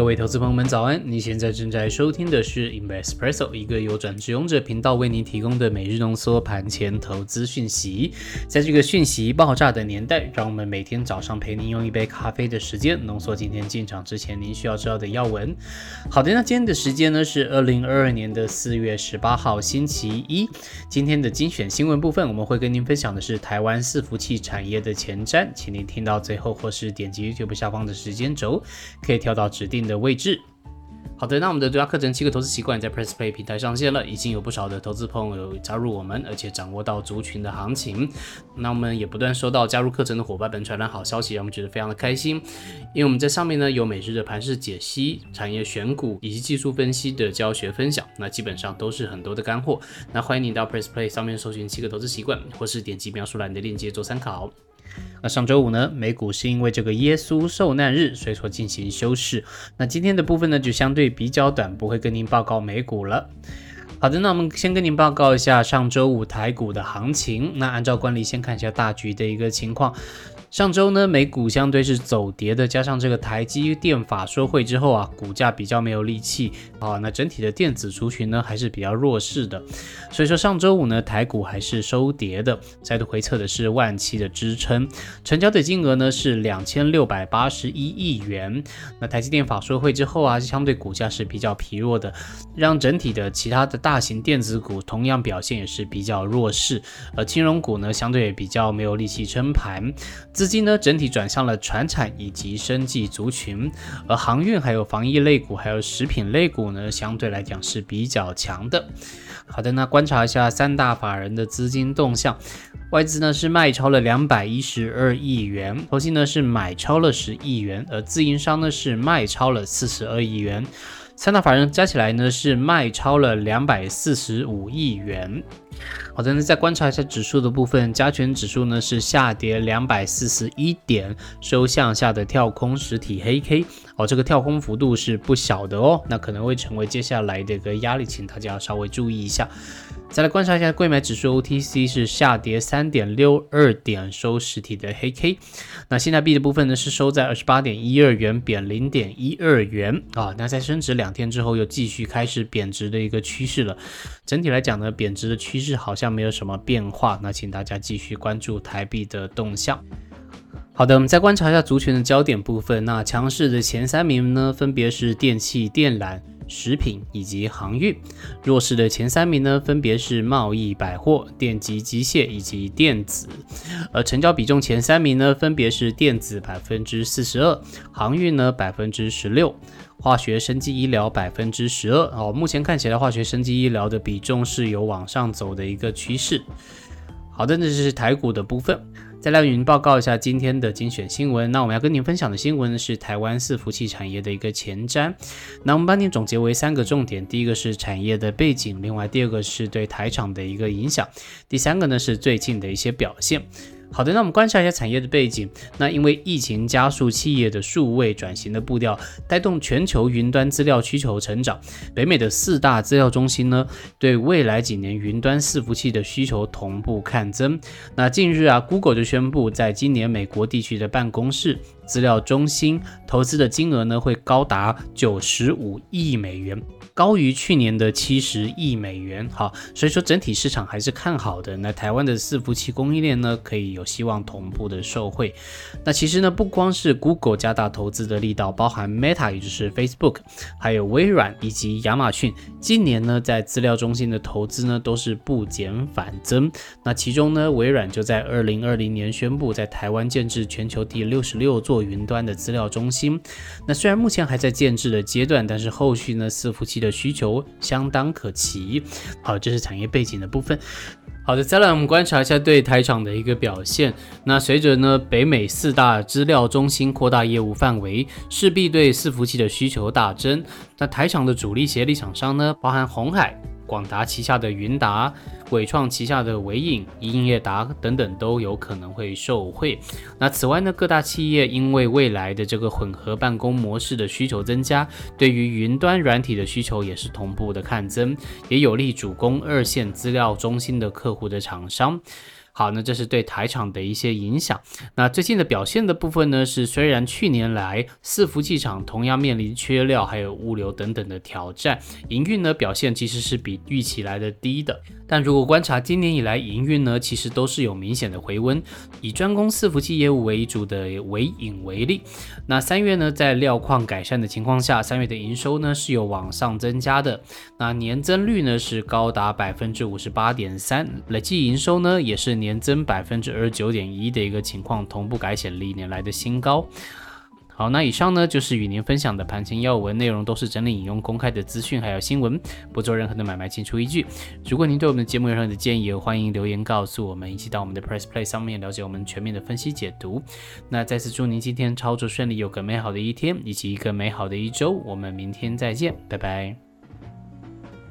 各位投资朋友们早安，你现在正在收听的是 Invespresso， 一个由转职勇者频道为您提供的每日浓缩盘前投资讯息。在这个讯息爆炸的年代，让我们每天早上陪您用一杯咖啡的时间，浓缩今天进场之前您需要知道的要闻。好的，那今天的时间呢是2022年的4月18号星期一。今天的精选新闻部分，我们会跟您分享的是台湾伺服器产业的前瞻，请您听到最后或是点击 YouTube 下方的时间轴，可以跳到指定的位置。好的，那我们的独家课程7个投资习惯在 PressPlay 平台上线了，已经有不少的投资朋友加入我们，而且掌握到族群的行情。那我们也不断收到加入课程的伙伴们传来好消息，让我们觉得非常的开心。因为我们在上面呢有每日的盘势解析、产业选股以及技术分析的教学分享，那基本上都是很多的干货。那欢迎你到 PressPlay 上面搜寻7个投资习惯，或是点击描述栏的链接做参考。那上周五呢，美股是因为这个耶稣受难日，所以说进行休市。那今天的部分呢，就相对比较短，不会跟您报告美股了。好的，那我们先跟您报告一下上周五台股的行情。那按照惯例，先看一下大局的一个情况。上周呢，美股相对是走跌的，加上这个台积电法说会之后啊，股价比较没有力气啊，那整体的电子族群呢还是比较弱势的，所以说上周五呢，台股还是收跌的，再度回测的是17000的支撑，成交的金额呢是2681亿元。那台积电法说会之后啊，相对股价是比较疲弱的，让整体的其他的大型电子股同样表现也是比较弱势，而金融股呢相对也比较没有力气撑盘。资金呢整体转向了传产以及生技族群，而航运还有防疫类股还有食品类股呢相对来讲是比较强的。好的，那观察一下三大法人的资金动向，外资呢是卖超了212亿元，投信呢是买超了10亿元，而自营商呢是卖超了42亿元。三大法人加起来呢是卖超了245亿元。好的，那再观察一下指数的部分，加权指数呢是下跌241点，收向下的跳空实体黑 K， 这个跳空幅度是不小的哦，那可能会成为接下来的一个压力，请大家要稍微注意一下。再来观察一下柜买指数 OTC 是下跌3.62点，收实体的黑 K。那现在币的部分呢是收在28.12元，贬0.12元啊。那在升值2天之后又继续开始贬值的一个趋势了。整体来讲呢，贬值的趋势好像没有什么变化，那请大家继续关注台币的动向。好的，我们再观察一下族群的焦点部分。那强势的前3名呢，分别是电器、电缆、食品以及航运。弱势的前3名呢，分别是贸易、百货、电机、机械以及电子。而成交比重前3名呢，分别是电子 42%， 航运呢 16%， 化学、生技、医疗 12%。目前看起来化学、生技、医疗的比重是有往上走的一个趋势。好的，那这是台股的部分。再来与您报告一下今天的精选新闻。那我们要跟您分享的新闻是台湾伺服器产业的一个前瞻。那我们帮您总结为3个重点，第一个是产业的背景，另外第二个是对台厂的一个影响，第三个呢是最近的一些表现。好的，那我们观察一下产业的背景。那因为疫情加速企业的数位转型的步调，带动全球云端资料需求成长。北美的4大资料中心呢，对未来几年云端伺服器的需求同步看增。那近日啊 ，Google 就宣布，在今年美国地区的办公室资料中心投资的金额呢，会高达95亿美元。高于去年的70亿美元。好，所以说整体市场还是看好的。那台湾的伺服器供应链呢，可以有希望同步的受惠。那其实呢，不光是 Google 加大投资的力道，包含 Meta 也就是 Facebook， 还有微软以及亚马逊，今年呢在资料中心的投资呢都是不减反增。那其中呢，微软就在2020年宣布在台湾建制全球第66座云端的资料中心。那虽然目前还在建制的阶段，但是后续呢伺服器的需求相当可期。好，这是产业背景的部分。好的，再来我们观察一下对台厂的一个表现。那随着呢北美4大资料中心扩大业务范围，势必对伺服器的需求大增。那台厂的主力协力厂商呢，包含鸿海、广达旗下的云达、伟创旗下的伟影、英业达等等都有可能会受惠。那此外呢，各大企业因为未来的这个混合办公模式的需求增加，对于云端软体的需求也是同步的看增，也有利主攻2线资料中心的客户的厂商。 好，那这是对台厂的一些影响。那最近的表现的部分呢，是虽然去年来伺服器厂同样面临缺料还有物流等等的挑战，营运呢表现其实是比预期来的低的。但如果观察今年以来营运呢，其实都是有明显的回温。以专攻伺服器业务为主的微影为例，那3月呢，在料况改善的情况下，3月的营收呢是有往上增加的，那年增率呢是高达 58.3%， 累计营收呢也是年增 29.1% 的一个情况，同步改写历年来的新高。好，那以上呢就是与您分享的盘前要闻，内容都是整理引用公开的资讯还有新闻，不做任何的买卖进出依据。如果您对我们的节目有任何的建议，欢迎留言告诉我们，一起到我们的 Press Play 上面了解我们全面的分析解读。那再次祝您今天操作顺利，有个美好的一天以及一个美好的一周，我们明天再见，拜拜。